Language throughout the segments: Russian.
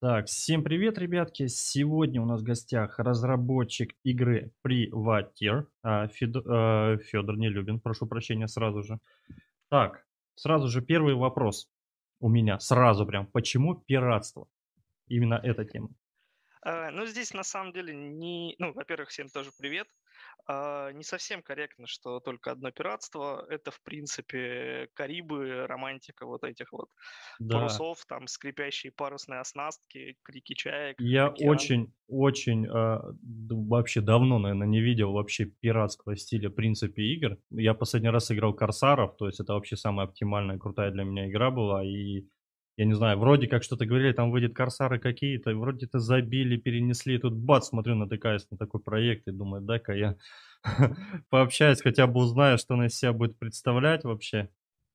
Так, всем привет, ребятки! Сегодня у нас в гостях разработчик игры Privateer, Федор Нелюбин, прошу прощения сразу же. Так, сразу же первый вопрос у меня, сразу прям, почему пиратство? Именно эта тема. Ну, здесь на самом деле не... Ну, во-первых, всем тоже привет. Не совсем корректно, что только одно пиратство. Это, в принципе, Карибы, романтика вот этих вот Да, парусов, там скрипящие парусные оснастки, крики чаек, я океан. очень, вообще давно, наверное, не видел вообще пиратского стиля, в принципе, игр. Я последний раз играл Корсаров, то есть это вообще самая оптимальная, крутая для меня игра была. И я не знаю, вроде как что-то говорили, там выйдет Корсары какие-то, вроде-то забили, перенесли. И тут бац, смотрю, натыкаюсь на такой проект и думаю, дай-ка я пообщаюсь, хотя бы узнаю, что она из себя будет представлять вообще.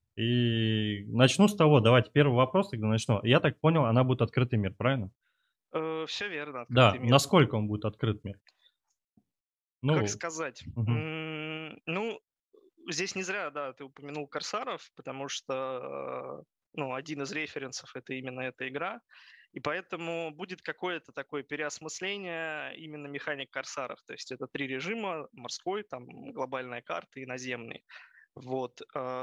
И начну с того, давайте первый вопрос тогда начну. Я так понял, она будет открытый мир, правильно? Все верно, Да, открытый мир. насколько он будет открыт мир? Как Ну, сказать? мгм. Ну, здесь не зря, да, ты упомянул Корсаров, потому что, ну, один из референсов — это именно эта игра, и поэтому будет какое-то такое переосмысление именно механик Корсаров. То есть это 3 режима: морской, там, глобальная карта и наземный. Вот.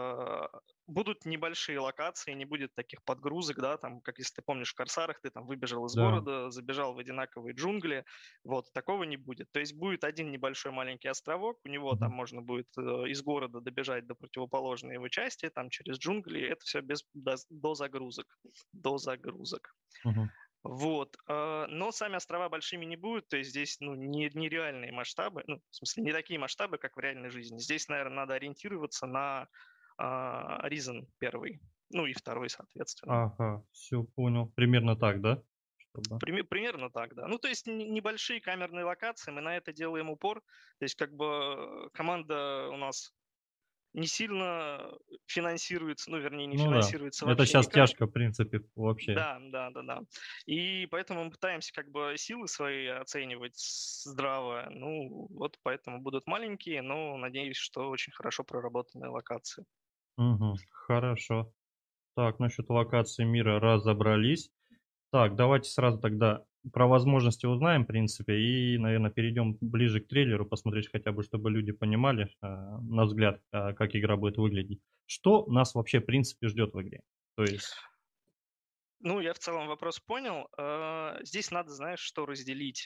Будут небольшие локации, не будет таких подгрузок, да, там, как если ты помнишь в «Корсарах», ты там выбежал из Да. города, забежал в одинаковые джунгли, вот, такого не будет. То есть будет один небольшой маленький островок, у него там Мгм. можно будет из города добежать до противоположной его части, там через джунгли, это все до загрузок. До загрузок. Мгм. Вот, но сами острова большими не будут, то есть здесь, ну, нереальные масштабы, ну, в смысле, не такие масштабы, как в реальной жизни. Здесь, наверное, надо ориентироваться на Reason 1, ну и второй, соответственно. Ага, все понял. Примерно так, да? Чтобы Примерно так, да. Ну, то есть небольшие камерные локации, мы на это делаем упор. То есть как бы команда у нас не сильно финансируется, ну, вернее, не ну да, финансируется это вообще сейчас никак. тяжко, в принципе, вообще. Да, да-да-да. И поэтому мы пытаемся как бы силы свои оценивать здраво. Ну, вот поэтому будут маленькие, но надеюсь, что очень хорошо проработанные локации. Мгм. Хорошо. Так, насчет локации мира разобрались. Так, давайте сразу тогда про возможности узнаем, в принципе, и, наверное, перейдем ближе к трейлеру, посмотреть хотя бы, чтобы люди понимали, на взгляд, как игра будет выглядеть. Что нас вообще, в принципе, ждет в игре? То есть Ну, я в целом вопрос понял. Здесь надо, знаешь, что разделить.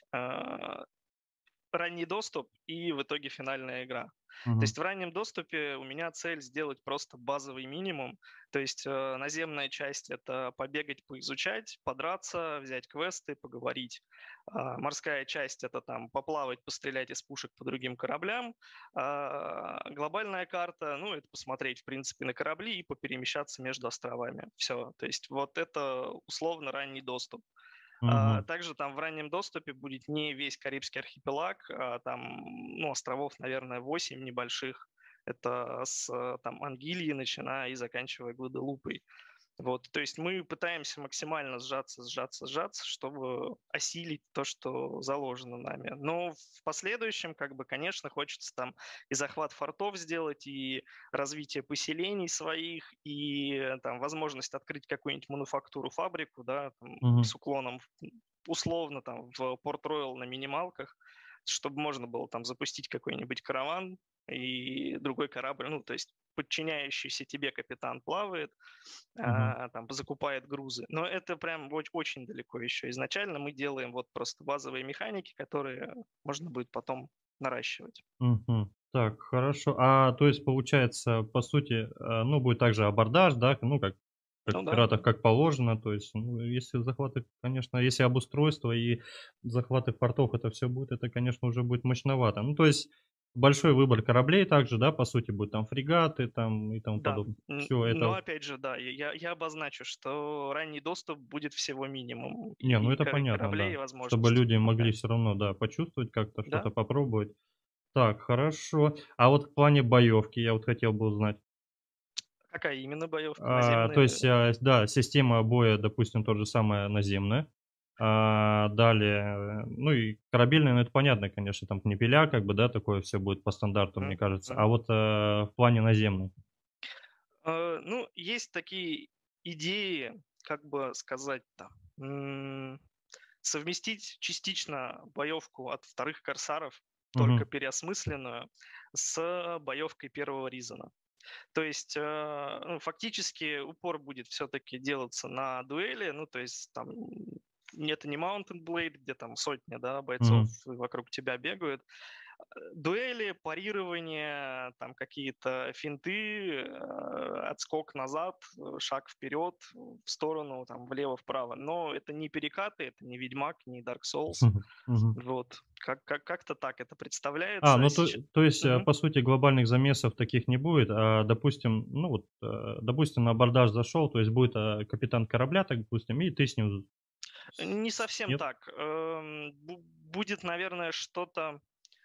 Ранний доступ и в итоге финальная игра. То мгм, есть в раннем доступе у меня цель сделать просто базовый минимум. То есть наземная часть — это побегать, поизучать, подраться, взять квесты, поговорить. Морская часть — это там поплавать, пострелять из пушек по другим кораблям. Глобальная карта, ну, это посмотреть, в принципе, на корабли и поперемещаться между островами. Все. То есть вот это условно ранний доступ. мгм. Также там в раннем доступе будет не весь Карибский архипелаг, там, ну, островов, наверное, 8 небольших. Это с там Ангильи, начиная и заканчивая Гваделупой. Вот, то есть мы пытаемся максимально сжаться, чтобы осилить то, что заложено нами. Но в последующем, как бы, конечно, хочется там и захват фортов сделать, и развитие поселений своих, и там возможность открыть какую-нибудь мануфактуру, фабрику, да, там, Мгм. с уклоном условно там в Порт-Роyal на минималках, чтобы можно было там запустить какой-нибудь караван и другой корабль, ну, то есть подчиняющийся тебе капитан плавает, Мгм. там закупает грузы. Но это прям очень далеко еще. Изначально мы делаем вот просто базовые механики, которые можно будет потом наращивать. Мгм. Так, хорошо. То есть получается, по сути, ну, будет также абордаж, да, ну, как Ну в да, "Пиратах", как положено. То есть, ну, если захваты, конечно, если обустройство и захваты портов, это все будет, это, конечно, уже будет мощновато. Ну, то есть большой выбор кораблей также, да, по сути, будет там фрегаты там и тому да. подобное. Все Но это опять же, да, я обозначу, что ранний доступ будет всего минимум. не, ну, И это понятно, кораблей, и да. Чтобы возможностей. люди могли Окей. все равно, да, почувствовать как-то, Да? что-то попробовать. Так, хорошо. А вот в плане боевки я вот хотел бы узнать. Какая именно боевка? То есть, Наземная? да, система боя, допустим, то же самое наземная. Далее, ну и корабельная, ну это понятно, конечно, там книпеля, как бы, да, такое все будет по стандарту, мне Мгм, кажется. А мгм. вот в плане наземной. Ну, есть такие идеи, как бы сказать-то. совместить частично боевку от вторых корсаров, только Мгм. переосмысленную, с боевкой первого Ризана. То есть, ну, фактически упор будет все-таки делаться на дуэли, ну, то есть там это не Mountain Blade, где там сотня, да, бойцов Мгм. вокруг тебя бегают. Дуэли, парирование, там какие-то финты, отскок назад, шаг вперед, в сторону, там влево-вправо. Но это не перекаты, это не Ведьмак, не Dark Souls. Мгм. Вот. Как-то так это А, представляется. ну то есть, Мгм. по сути, глобальных замесов таких не будет. А, допустим, ну вот, допустим, на абордаж зашел, то есть будет капитан корабля, так допустим, и ты с ним... Не совсем Нет? так. Будет, наверное, что-то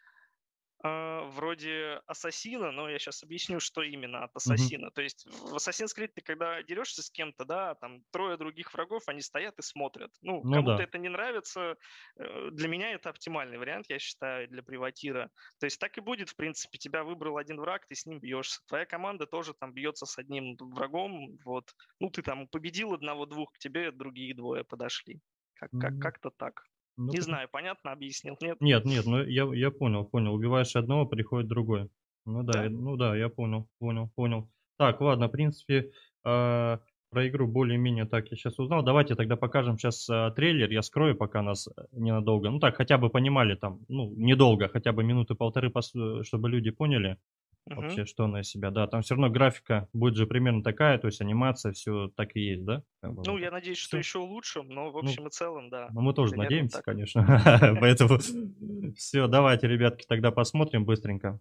вроде Ассасина, но я сейчас объясню, что именно от Мгм. Ассасина. То есть в Assassin's Creed ты когда дерешься с кем-то, да, там трое других врагов, они стоят и смотрят. Ну, Ну кому-то да. это не нравится, для меня это оптимальный вариант, я считаю, для приватира. То есть так и будет, в принципе, тебя выбрал один враг, ты с ним бьешься. Твоя команда тоже там бьется с одним врагом, вот. Ну, ты там победил одного-двух, к тебе другие двое подошли. Ну, Как-то так. ну, Не знаю, понятно объяснил, нет? нет, нет, ну я понял, понял. Убиваешь одного, приходит другой. Ну да, Да. ну да, я понял, понял, понял. Так, ладно, в принципе, про игру более-менее так я сейчас узнал. Давайте тогда покажем сейчас трейлер. Я скрою пока нас ненадолго. Ну так, хотя бы понимали там, ну, недолго, хотя бы минуты полторы, чтобы люди поняли Мгм. вообще, что она из себя. Да, там все равно графика будет же примерно такая, то есть анимация, все так и есть, да? Как бы Ну, вот я это. надеюсь, что Все. еще лучше, но в Ну, общем и целом, да, ну, мы тоже примерно надеемся, так. конечно. Поэтому все, давайте, ребятки, тогда посмотрим быстренько.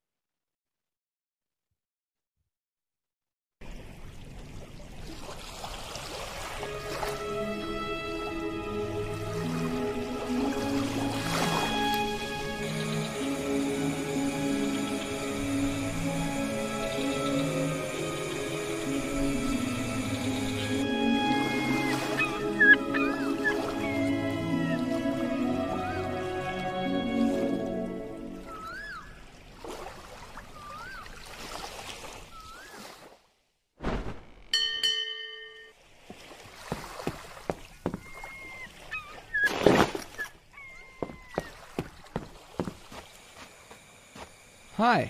Hi.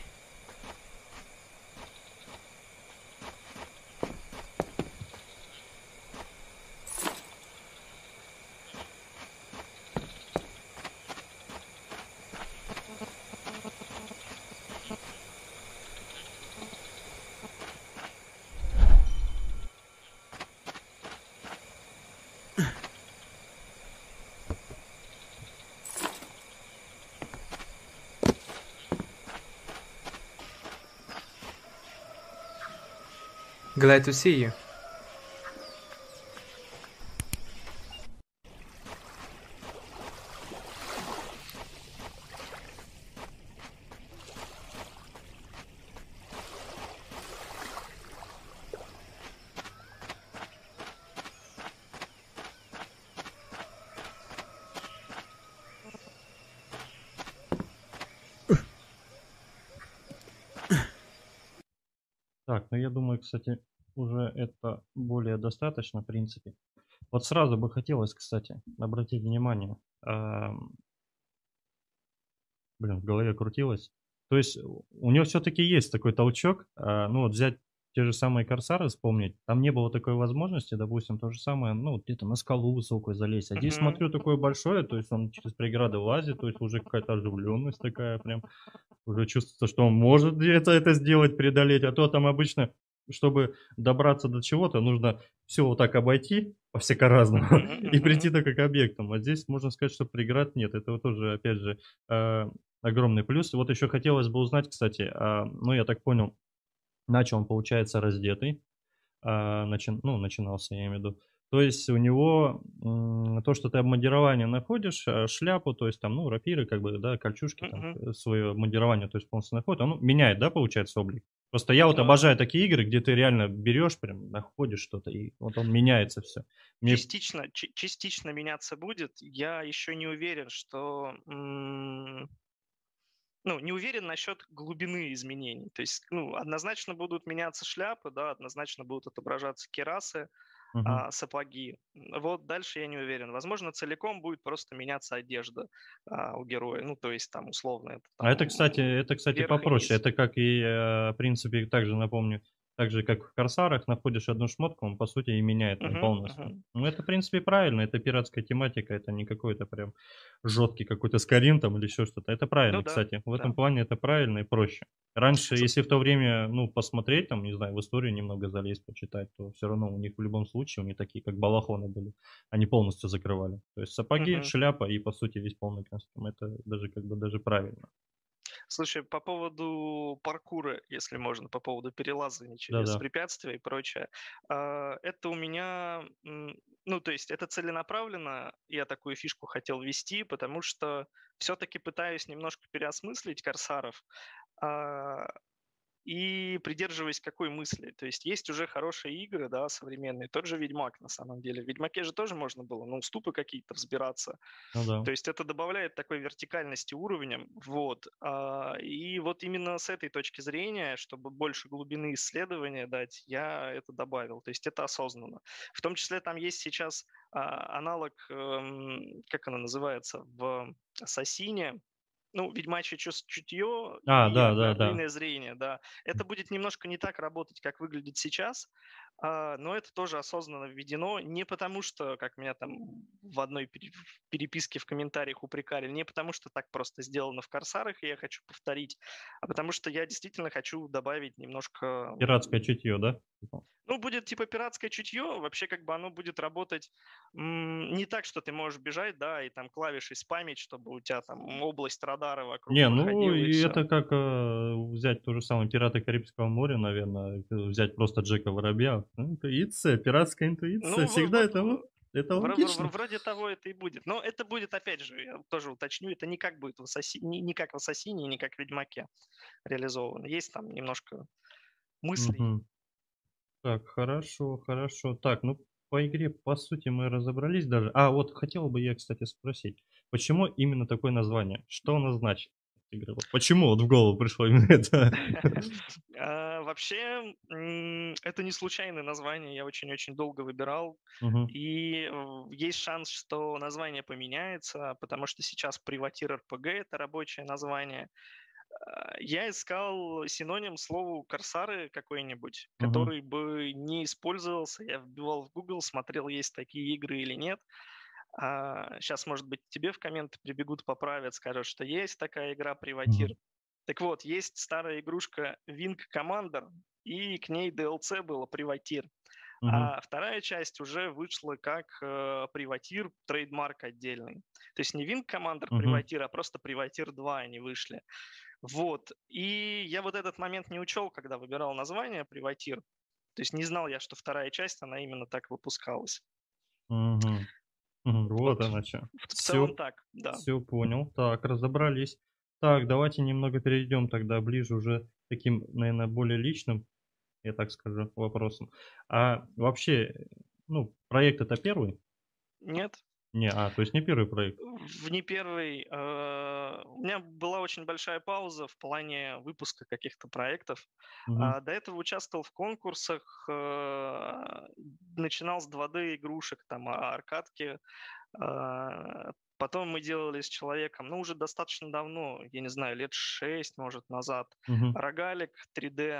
Glad to see you. Так, ну я думаю, кстати, уже это более достаточно, в принципе. Вот сразу бы хотелось, кстати, обратить внимание, блин, в голове крутилось. То есть у него все-таки есть такой толчок, ну вот взять те же самые «Корсары», вспомнить, там не было такой возможности, допустим, то же самое, ну, вот где-то на скалу высокую залезть. А здесь, Мгм. смотрю, такое большое, то есть он через преграды лазит, то есть уже какая-то оживленность такая прям. Уже чувствуется, что он может где-то это сделать, преодолеть, а то там обычно, чтобы добраться до чего-то, нужно все вот так обойти по-всяко-разному Мгм. и прийти Мгм. так к объектам. А здесь можно сказать, что преград нет. Это вот тоже, опять же, огромный плюс. И вот еще хотелось бы узнать, кстати, ну, я так понял, начал он, получается, раздетый, ну, начинался, я имею в виду. То есть у него, то, что ты обмундирование находишь, шляпу, то есть там, ну, рапиры, как бы, да, кольчужки, там, Мгм. свое обмундирование, то есть полностью находит, оно меняет, да, получается, облик? Просто я вот Э, обожаю такие игры, где ты реально берешь, прям находишь что-то, и вот он меняется все. Мне частично меняться будет. Я еще не уверен, что ну, не уверен насчет глубины изменений. То есть, ну, однозначно будут меняться шляпы, да, однозначно будут отображаться керасы, Мгм. сапоги. Вот дальше я не уверен. Возможно, целиком будет просто меняться одежда у героя. Ну, то есть там условно это А там это, кстати, верх и попроще. низ. Это как и, в принципе, также напомню, так же, как в «Корсарах», находишь одну шмотку, он, по сути, и меняет ее Мгм, полностью. мгм. Ну, это, в принципе, правильно, это пиратская тематика, это не какой-то прям жесткий какой-то Skyrim там или еще что-то. Это Ну правильно, да, кстати. В этом да. плане это правильно и проще. Раньше, С- если в то время, ну, посмотреть, там, не знаю, в историю немного залезть, почитать, то все равно у них в любом случае, у них такие, как балахоны были, они полностью закрывали. То есть сапоги, мгм. шляпа и, по сути, весь полный костюм. Это даже как бы даже правильно. Слушай, по поводу паркура, если можно, по поводу перелазания через Да-да. препятствия и прочее, это у меня, ну, то есть это целенаправленно, я такую фишку хотел ввести, потому что все-таки пытаюсь немножко переосмыслить корсаров, а, и придерживаясь какой мысли? То есть есть уже хорошие игры, да, современные. Тот же Ведьмак, на самом деле. В Ведьмаке же тоже можно было на уступы какие-то взбираться. Ну да. То есть это добавляет такой вертикальности уровням. Вот. И вот именно с этой точки зрения, чтобы больше глубины исследования дать, я это добавил. То есть это осознанно. В том числе там есть сейчас аналог, как она называется, в Ассасине, ну, ведьмачье чутье А, и да-да-да. орлиное зрение, да. Это будет немножко не так работать, как выглядит сейчас, но это тоже осознанно введено. Не потому что, как меня там в одной переписке в комментариях упрекали, не потому что так просто сделано в Корсарах, и я хочу повторить, а потому что я действительно хочу добавить немножко Пиратское чутье, да? Типа. ну, будет типа пиратское чутье, вообще как бы оно будет работать не так, что ты можешь бежать, да, и там клавишей спамить, чтобы у тебя там область радара вокруг Не, ну проходила и и все. это как, взять то же самое «Пираты Карибского моря», наверное, взять просто Джека Воробья. Интуиция, пиратская интуиция, Ну, всегда это логично. вроде того это и будет. Но это будет, опять же, я тоже уточню, это не как будет не как в Ассасине, не как в Ведьмаке реализовано. Есть там немножко мыслей. Мгм. Так, хорошо, хорошо. Так, ну, по игре, по сути, мы разобрались даже. А, вот хотел бы я, кстати, спросить, почему именно такое название? Что оно значит, игры? Вот почему вот в голову пришло именно это? Вообще, это не случайное название, я очень-очень долго выбирал, Мгм, и есть шанс, что название поменяется, потому что сейчас Privateer RPG — это рабочее название. Я искал синоним слову «корсары» какой-нибудь, мгм, который бы не использовался. Я вбивал в Google, смотрел, есть такие игры или нет. Сейчас, может быть, тебе в комменты прибегут, поправят, скажут, что есть такая игра мгм, «Приватир». Так вот, есть старая игрушка Wing Commander, и к ней DLC было «Приватир». мгм, А вторая часть уже вышла как «Приватир», трейдмарк отдельный. То есть не Wing Commander мгм. «Приватир», а просто «Приватир 2» они вышли. Вот. И я вот этот момент не учел, когда выбирал название «Приватир». То есть не знал я, что вторая часть, она именно так выпускалась. Мгм. Мгм. Вот Вот оно чё. в целом Все, так, да. все понял. Так, разобрались. Так, давайте немного перейдем тогда ближе уже к таким, наверное, более личным, я так скажу, вопросам. А вообще, ну, проект это первый? Нет, Не, то есть не первый проект. в не первый. У меня была очень большая пауза в плане выпуска каких-то проектов. Мгм, До этого участвовал в конкурсах, начинал с 2D-игрушек, там, аркадки. Потом мы делали с человеком, ну, уже достаточно давно, я не знаю, лет 6, может, назад, мгм, рогалик 3D,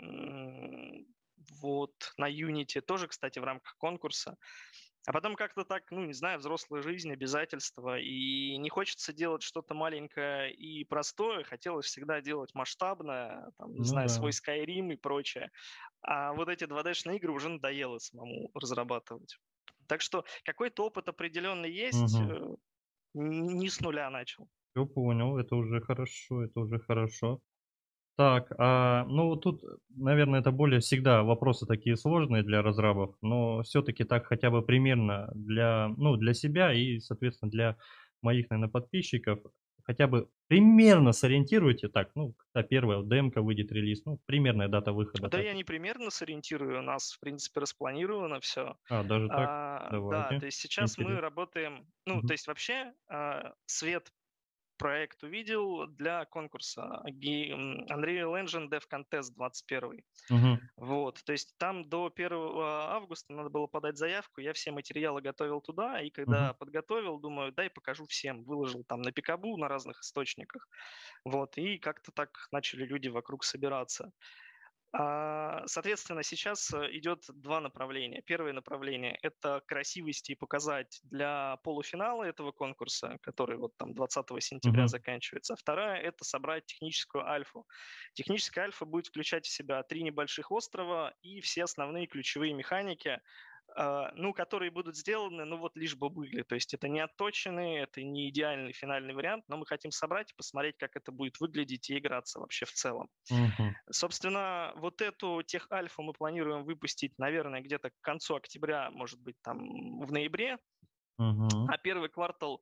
вот, на Unity, тоже, кстати, в рамках конкурса. А потом как-то так, ну, не знаю, взрослая жизнь, обязательства, и не хочется делать что-то маленькое и простое, хотелось всегда делать масштабное, там, не ну знаю, да. свой Skyrim и прочее. А вот эти 2D-шные игры уже надоело самому разрабатывать. Так что какой-то опыт определенный есть, Мгм. не с нуля начал. Всё понял, это уже хорошо, это уже хорошо. Так, ну вот тут, наверное, это более всегда вопросы такие сложные для разрабов, но все-таки так хотя бы примерно для, ну, для себя и, соответственно, для моих, наверное, подписчиков хотя бы примерно сориентируйте так, ну, когда первая вот демка выйдет, релиз, ну, примерная дата выхода Да так. я не примерно сориентирую, у нас, в принципе, распланировано все. Даже так? Да, Давайте. то есть сейчас мы Интересно. работаем, ну, то Мгм. есть вообще свет проект увидел для конкурса Unreal Engine Dev Contest 21. Мгм. Вот, то есть там до 1 августа надо было подать заявку, я все материалы готовил туда, и когда Мгм. подготовил, думаю, дай покажу всем, выложил там на Пикабу, на разных источниках, вот, и как-то так начали люди вокруг собираться. Соответственно, сейчас идет два направления. Первое направление – это красивости и показать для полуфинала этого конкурса, который вот там 20 сентября Мгм. заканчивается. А вторая – это собрать техническую альфу. Техническая альфа будет включать в себя 3 небольших острова и все основные ключевые механики, ну, которые будут сделаны, ну, вот лишь бы были. То есть это не отточенный, это не идеальный финальный вариант, но мы хотим собрать и посмотреть, как это будет выглядеть и играться вообще в целом. Мгм. Собственно, вот эту тех-альфу мы планируем выпустить, наверное, где-то к концу октября, может быть, там в ноябре. Мгм. А первый квартал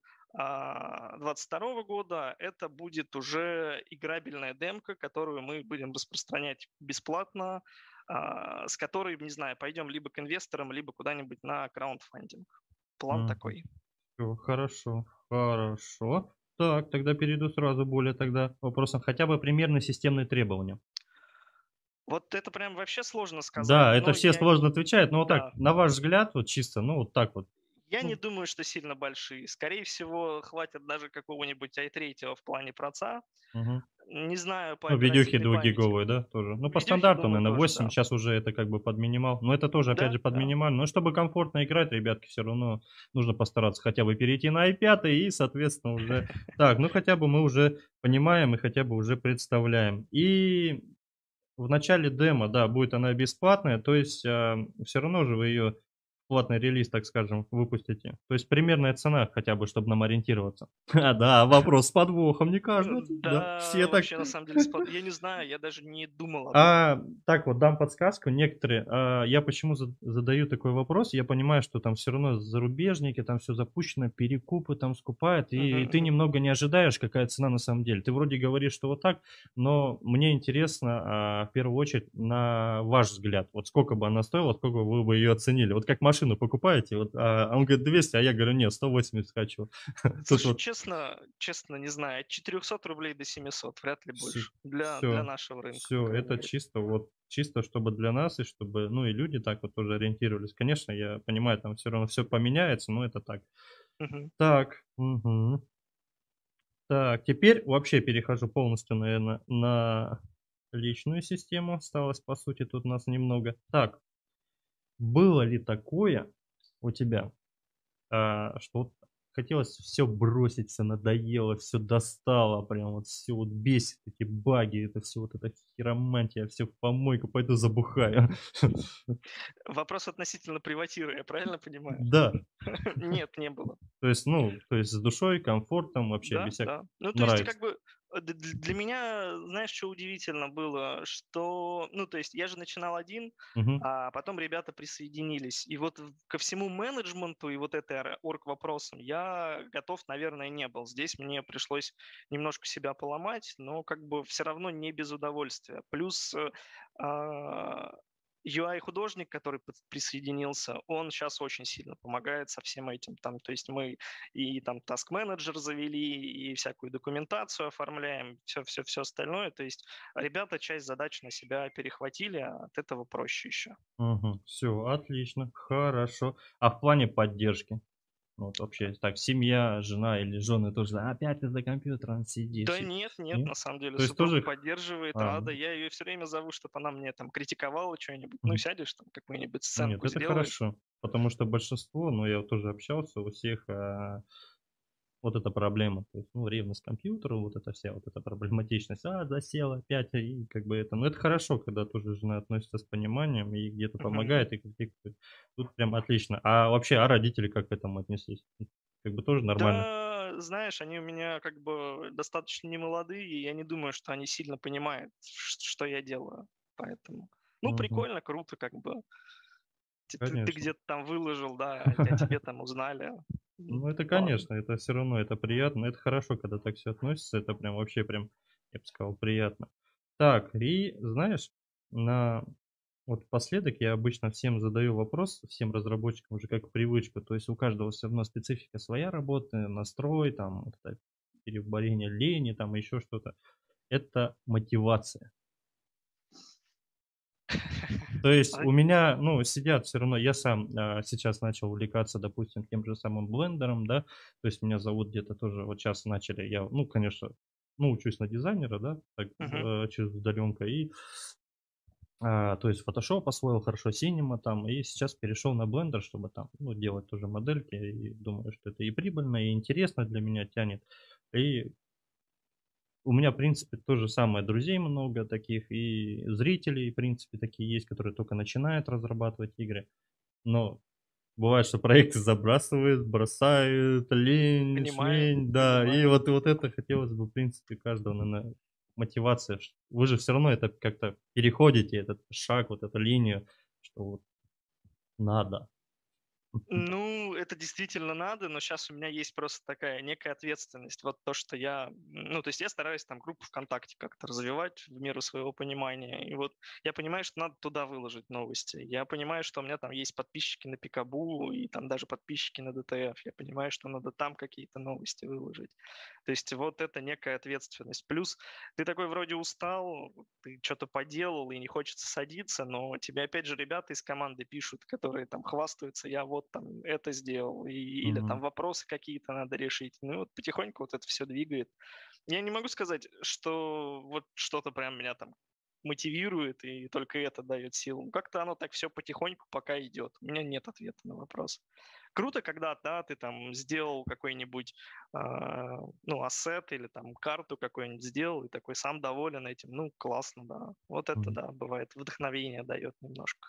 2022 года это будет уже играбельная демка, которую мы будем распространять бесплатно, с которой, не знаю, пойдем либо к инвесторам, либо куда-нибудь на краундфандинг. План Мгм. такой. Всё, хорошо, хорошо. Так, тогда перейду сразу более тогда вопросам. Хотя бы примерно системные требования. Вот это прям вообще сложно сказать, Да, это но все я, сложно отвечают, но вот так, да, на ваш взгляд, вот чисто, ну вот так вот. я не Ну, думаю, что сильно большие. Скорее всего, хватит даже какого-нибудь i3 в плане проца. мгм. Не знаю по Ну, видюхи оперативной памяти. двухгиговые, да, тоже. Ну, по Видюхи, стандарту, думаю, наверное, тоже, 8, да. сейчас уже это как бы под минимал. Но это тоже, опять Да, же, под да. минимал. Но чтобы комфортно играть, ребятки, все равно нужно постараться хотя бы перейти на i5 и, соответственно, уже... Так, ну хотя бы мы уже понимаем и хотя бы уже представляем. И в начале демо, да, будет она бесплатная, то есть все равно же вы ее платный релиз, так скажем, выпустите. То есть примерная цена хотя бы, чтобы нам ориентироваться. Да, вопрос с подвохом, не каждый, да, Да, все так. вообще, на самом деле, я не знаю, я даже не думал об этом. Так вот, дам подсказку. Некоторые, я почему задаю такой вопрос, я понимаю, что там все равно зарубежники, там все запущено, перекупы там скупают, Мгм, и ты мгм. немного не ожидаешь, какая цена на самом деле. Ты вроде говоришь, что вот так, но мне интересно, в первую очередь, на ваш взгляд, вот сколько бы она стоила, сколько вы бы ее оценили. Вот как машину покупаете, вот, он говорит 200, а я говорю, нет, 180 хочу. Тут Слушай, вот честно, не знаю, от 400 рублей до 700, вряд ли больше. Для все, нашего рынка, по все, крайней это мере. чисто вот, чисто чтобы для нас и чтобы, ну, и люди так вот тоже ориентировались. Конечно, я понимаю, там все равно все поменяется, но это так. Мгм. Так, мгм. Так, теперь вообще перехожу полностью, наверное, на личную систему. Осталось, по сути, тут нас немного. Так, было ли такое у тебя, что вот хотелось все бросить, всё надоело, все достало, прям вот все вот бесит, эти баги, это все вот эта хиромантия, все в помойку, пойду забухаю. Вопрос относительно приватира, я правильно понимаю? Да, Нет, не было. то есть, ну, то есть с душой, комфортом, вообще Да, без всяких да. Ну, то есть, нравится. как бы, для меня, знаешь, что удивительно было, что, ну, то есть, я же начинал один, Мгм, а потом ребята присоединились. И вот ко всему менеджменту и вот этой орг-вопросам я готов, наверное, не был. Здесь мне пришлось немножко себя поломать, но как бы все равно не без удовольствия. Плюс а, UI-художник, который присоединился, он сейчас очень сильно помогает со всем этим. Там, то есть мы и там task менеджер завели, и всякую документацию оформляем, все остальное. То есть ребята часть задач на себя перехватили, а от этого проще еще. мгм. Всё, отлично, хорошо. А в плане поддержки? Вот вообще, так, семья, жена или жены тоже: "Опять ты за компьютером сидишь". Да нет, Нет? на самом деле То есть супруга тоже поддерживает, ну рада. Я ее все время зову, чтобы она мне там критиковала что-нибудь. Ну, сядешь там, какую-нибудь Нет, сценку это сделаешь. хорошо, потому что большинство, ну, я вот тоже общался, у всех, вот эта проблема, то есть, ну, ревность к компьютеру, вот эта вся вот эта проблематичность, засел опять, и как бы это, ну, это хорошо, когда тоже жена относится с пониманием и где-то Мгм. помогает, и критикует. Тут прям отлично. А вообще, а родители как к этому отнеслись? Как бы тоже нормально? Да, знаешь, они у меня как бы достаточно немолодые, и я не думаю, что они сильно понимают, что я делаю. Поэтому, ну, Мгм. прикольно, круто, как бы. Ты Конечно. где-то там выложил, да, о тебе там узнали. Ну, это, Ладно. конечно, это все равно, это приятно, это хорошо, когда так все относится, это прям вообще прям, я бы сказал, приятно. Так, и знаешь, на вот напоследок я обычно всем задаю вопрос, всем разработчикам уже как привычка, то есть у каждого все равно специфика своя работы, настрой, там, вот это переборение лени, там еще что-то. Это мотивация. То есть у меня, ну, сидят все равно, я сам сейчас начал увлекаться, допустим, тем же самым блендером, да, то есть меня зовут где-то тоже, вот сейчас начали, я, ну, конечно, ну, учусь на дизайнера, да, так, Мгм. через удаленка, и, то есть Photoshop освоил хорошо, Cinema там, и сейчас перешел на блендер, чтобы там, ну, делать тоже модельки, и думаю, что это и прибыльно, и интересно для меня тянет, и у меня, в принципе, то же самое, друзей много таких, и зрителей, в принципе, такие есть, которые только начинают разрабатывать игры. Но бывает, что проекты забрасывают, бросают, лень, Понимаю, шмень, да. И понимаю. вот это хотелось бы, в принципе, каждого, наверно, мотивация. Вы же все равно это как-то переходите, этот шаг, вот эту линию, что вот надо. Ну, это действительно надо, но сейчас у меня есть просто такая некая ответственность. Вот то, что я, ну, то есть я стараюсь там группу ВКонтакте как-то развивать в меру своего понимания. И вот я понимаю, что надо туда выложить новости. Я понимаю, что у меня там есть подписчики на Пикабу и там даже подписчики на ДТФ. Я понимаю, что надо там какие-то новости выложить. То есть вот это некая ответственность. Плюс ты такой вроде устал, ты что-то поделал и не хочется садиться, но тебе опять же ребята из команды пишут, которые там хвастаются, я вот там это сделал, или там Мгм. вопросы какие-то надо решить. Ну и вот потихоньку вот это все двигает. Я не могу сказать, что вот что-то прям меня там мотивирует, и только это дает силу. Как-то оно так все потихоньку пока идет. У меня нет ответа на вопрос. Круто, когда, да, ты там сделал какой-нибудь, ну, ассет или там карту какую-нибудь сделал, и такой сам доволен этим. Ну, классно, да. Вот это, Мгм. да, бывает, вдохновение дает немножко.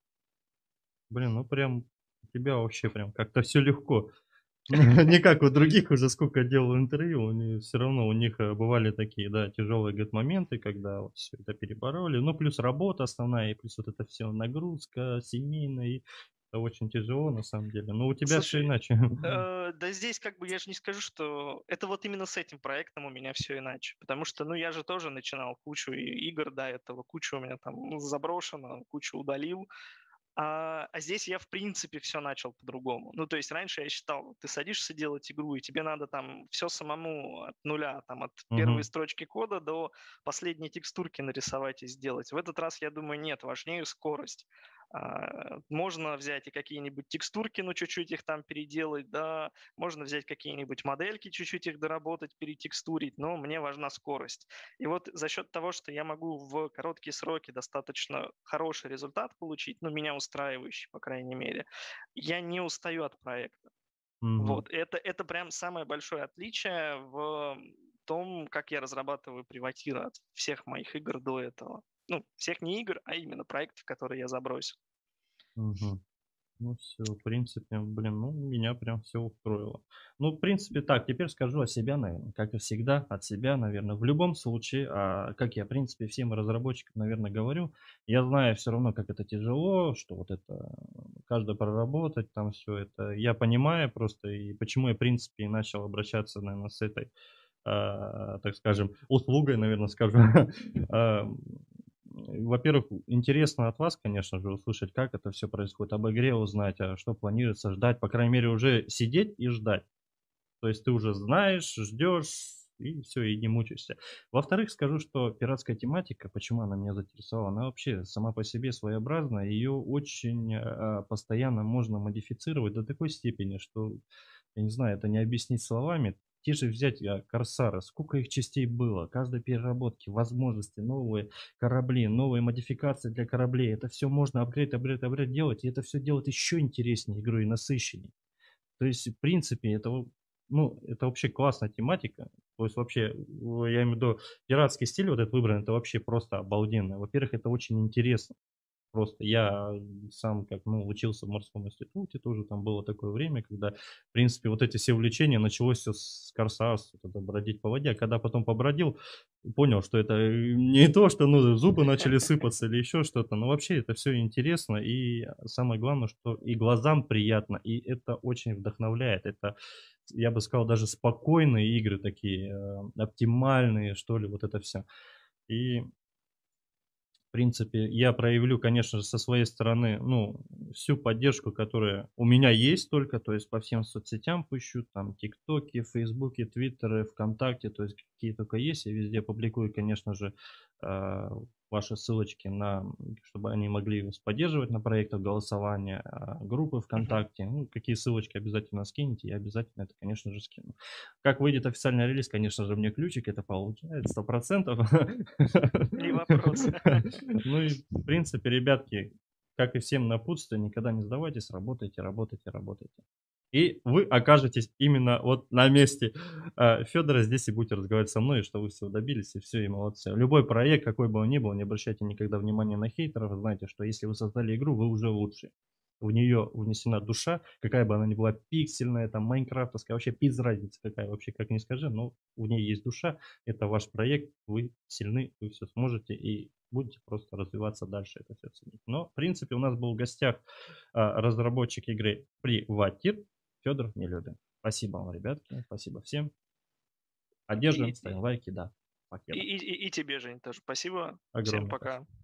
Блин, ну прям у тебя вообще прям как-то все легко. Не как у других, уже сколько делал интервью, они все равно у них, бывали такие, да, тяжелые, говорит, моменты, когда вот всё это перебороли. Ну, плюс работа основная, и плюс вот это все нагрузка семейная, и это очень тяжело на самом деле. Но у тебя все Слушай, иначе. да здесь как бы я же не скажу, что это вот именно с этим проектом у меня все иначе. Потому что, ну, я же тоже начинал кучу игр до этого, кучу у меня там заброшено, кучу удалил. А здесь я, в принципе, все начал по-другому. Ну, то есть раньше я считал, ты садишься делать игру, и тебе надо там все самому от нуля, там от первой Мгм. строчки кода до последней текстурки нарисовать и сделать. В этот раз, я думаю, нет, важнее скорость. Можно взять и какие-нибудь текстурки, ну, чуть-чуть их там переделать, да, можно взять какие-нибудь модельки, чуть-чуть их доработать, перетекстурить, но мне важна скорость. И вот за счет того, что я могу в короткие сроки достаточно хороший результат получить, ну, меня устраивающий, по крайней мере, я не устаю от проекта. Мгм. Вот, это прям самое большое отличие в том, как я разрабатываю приватира от всех моих игр до этого. Ну, всех не игр, а именно проектов, которые я забросил. Мгм. Ну все, в принципе, блин, ну меня прям все устроило. Ну, в принципе, так, теперь скажу о себя, наверное, как и всегда, от себя, наверное. В любом случае, как я, в принципе, всем разработчикам, наверное, говорю, я знаю все равно, как это тяжело, что вот это каждое проработать, там все это. Я понимаю просто, и почему я, в принципе, и начал обращаться, наверное, с этой так скажем, услугой, наверное, скажу. А, Во-первых, интересно от вас, конечно же, услышать, как это все происходит, об игре узнать, что планируется ждать, по крайней мере, уже сидеть и ждать. То есть ты уже знаешь, ждешь, и все, и не мучаешься. Во-вторых, скажу, что пиратская тематика, почему она меня заинтересовала, она вообще сама по себе своеобразная, ее очень постоянно можно модифицировать до такой степени, что, я не знаю, это не объяснить словами. Те же взять Корсары, сколько их частей было, каждой переработки, возможности, новые корабли, новые модификации для кораблей. Это все можно апгрейд делать, и это все делает еще интереснее игру и насыщеннее. То есть, в принципе, это, ну, это вообще классная тематика. То есть вообще, я имею в виду, пиратский стиль вот этот выбран, это вообще просто обалденно. Во-первых, это очень интересно. Просто я сам как, ну, учился в морском институте, тоже там было такое время, когда, в принципе, вот эти все увлечения, началось все с корсарства, вот это бродить по воде, а когда потом побродил, понял, что это не то, что, ну, зубы начали сыпаться или еще что-то, но вообще это все интересно, и самое главное, что и глазам приятно, и это очень вдохновляет, это, я бы сказал, даже спокойные игры такие, оптимальные, что ли, вот это все. И В принципе, я проявлю, конечно же, со своей стороны, ну, всю поддержку, которая у меня есть только, то есть по всем соцсетям пущу, там, ТикТоке, Фейсбуке, Твиттере, ВКонтакте, то есть какие только есть, я везде публикую, конечно же, э, ваши ссылочки на, чтобы они могли вас поддерживать на проектах голосования, группы ВКонтакте, ну, какие ссылочки обязательно скинете, я обязательно это, конечно же, скину. Как выйдет официальный релиз, конечно же, мне ключик это получает 100%. Не вопрос. Ну и, в принципе, ребятки, как и всем напутствие, никогда не сдавайтесь, работайте, работайте, работайте. И вы окажетесь именно вот на месте Федора здесь и будете разговаривать со мной, что вы всего добились, и все, и молодцы. Любой проект, какой бы он ни был, не обращайте никогда внимания на хейтеров. Знаете, что если вы создали игру, вы уже лучший. В нее внесена душа, какая бы она ни была пиксельная, там, майнкрафтовская, вообще без разницы какая, вообще как ни скажи, но в ней есть душа, это ваш проект, вы сильны, вы все сможете и будете просто развиваться дальше, это все ценить. Но, в принципе, у нас был в гостях разработчик игры Privateer Федор Нелюбин. Спасибо вам, ребятки, спасибо всем. Поддерживаем, ставим лайки, да. И тебе, Жень, тоже спасибо. Огромное Всем пока. спасибо.